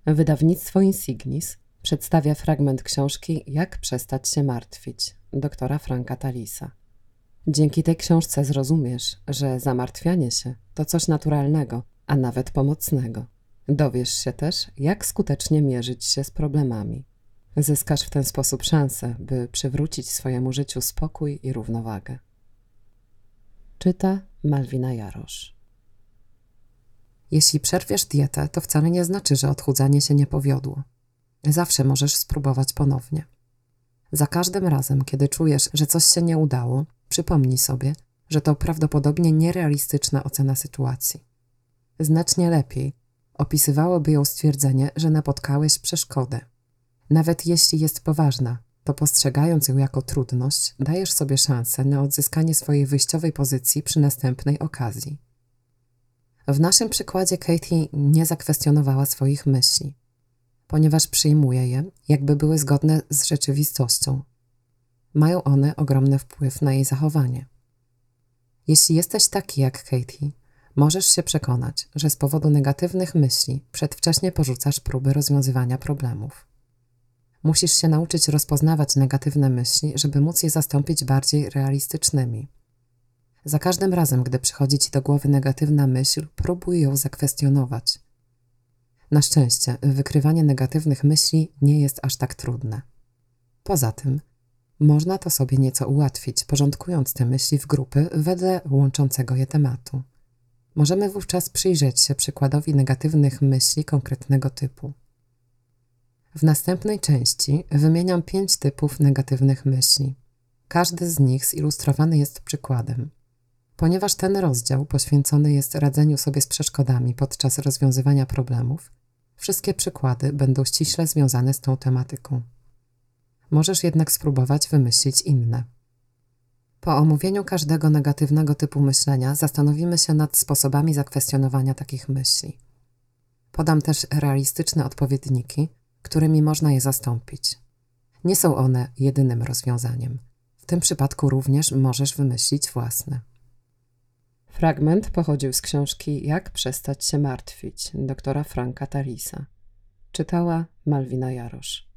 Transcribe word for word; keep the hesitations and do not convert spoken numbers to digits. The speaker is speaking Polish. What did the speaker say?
Wydawnictwo Insignis przedstawia fragment książki Jak przestać się martwić doktora Franka Tallisa. Dzięki tej książce zrozumiesz, że zamartwianie się to coś naturalnego, a nawet pomocnego. Dowiesz się też, jak skutecznie mierzyć się z problemami. Zyskasz w ten sposób szansę, by przywrócić swojemu życiu spokój i równowagę. Czyta Malwina Jarosz. Jeśli przerwiesz dietę, to wcale nie znaczy, że odchudzanie się nie powiodło. Zawsze możesz spróbować ponownie. Za każdym razem, kiedy czujesz, że coś się nie udało, przypomnij sobie, że to prawdopodobnie nierealistyczna ocena sytuacji. Znacznie lepiej opisywałoby ją stwierdzenie, że napotkałeś przeszkodę. Nawet jeśli jest poważna, to postrzegając ją jako trudność, dajesz sobie szansę na odzyskanie swojej wyjściowej pozycji przy następnej okazji. W naszym przykładzie Katie nie zakwestionowała swoich myśli, ponieważ przyjmuje je, jakby były zgodne z rzeczywistością. Mają one ogromny wpływ na jej zachowanie. Jeśli jesteś taki jak Katie, możesz się przekonać, że z powodu negatywnych myśli przedwcześnie porzucasz próby rozwiązywania problemów. Musisz się nauczyć rozpoznawać negatywne myśli, żeby móc je zastąpić bardziej realistycznymi. Za każdym razem, gdy przychodzi ci do głowy negatywna myśl, próbuj ją zakwestionować. Na szczęście, wykrywanie negatywnych myśli nie jest aż tak trudne. Poza tym, można to sobie nieco ułatwić, porządkując te myśli w grupy wedle łączącego je tematu. Możemy wówczas przyjrzeć się przykładowi negatywnych myśli konkretnego typu. W następnej części wymieniam pięć typów negatywnych myśli. Każdy z nich zilustrowany jest przykładem. Ponieważ ten rozdział poświęcony jest radzeniu sobie z przeszkodami podczas rozwiązywania problemów, wszystkie przykłady będą ściśle związane z tą tematyką. Możesz jednak spróbować wymyślić inne. Po omówieniu każdego negatywnego typu myślenia zastanowimy się nad sposobami zakwestionowania takich myśli. Podam też realistyczne odpowiedniki, którymi można je zastąpić. Nie są one jedynym rozwiązaniem. W tym przypadku również możesz wymyślić własne. Fragment pochodził z książki Jak przestać się martwić doktora Franka Tallisa. Czytała Malwina Jarosz.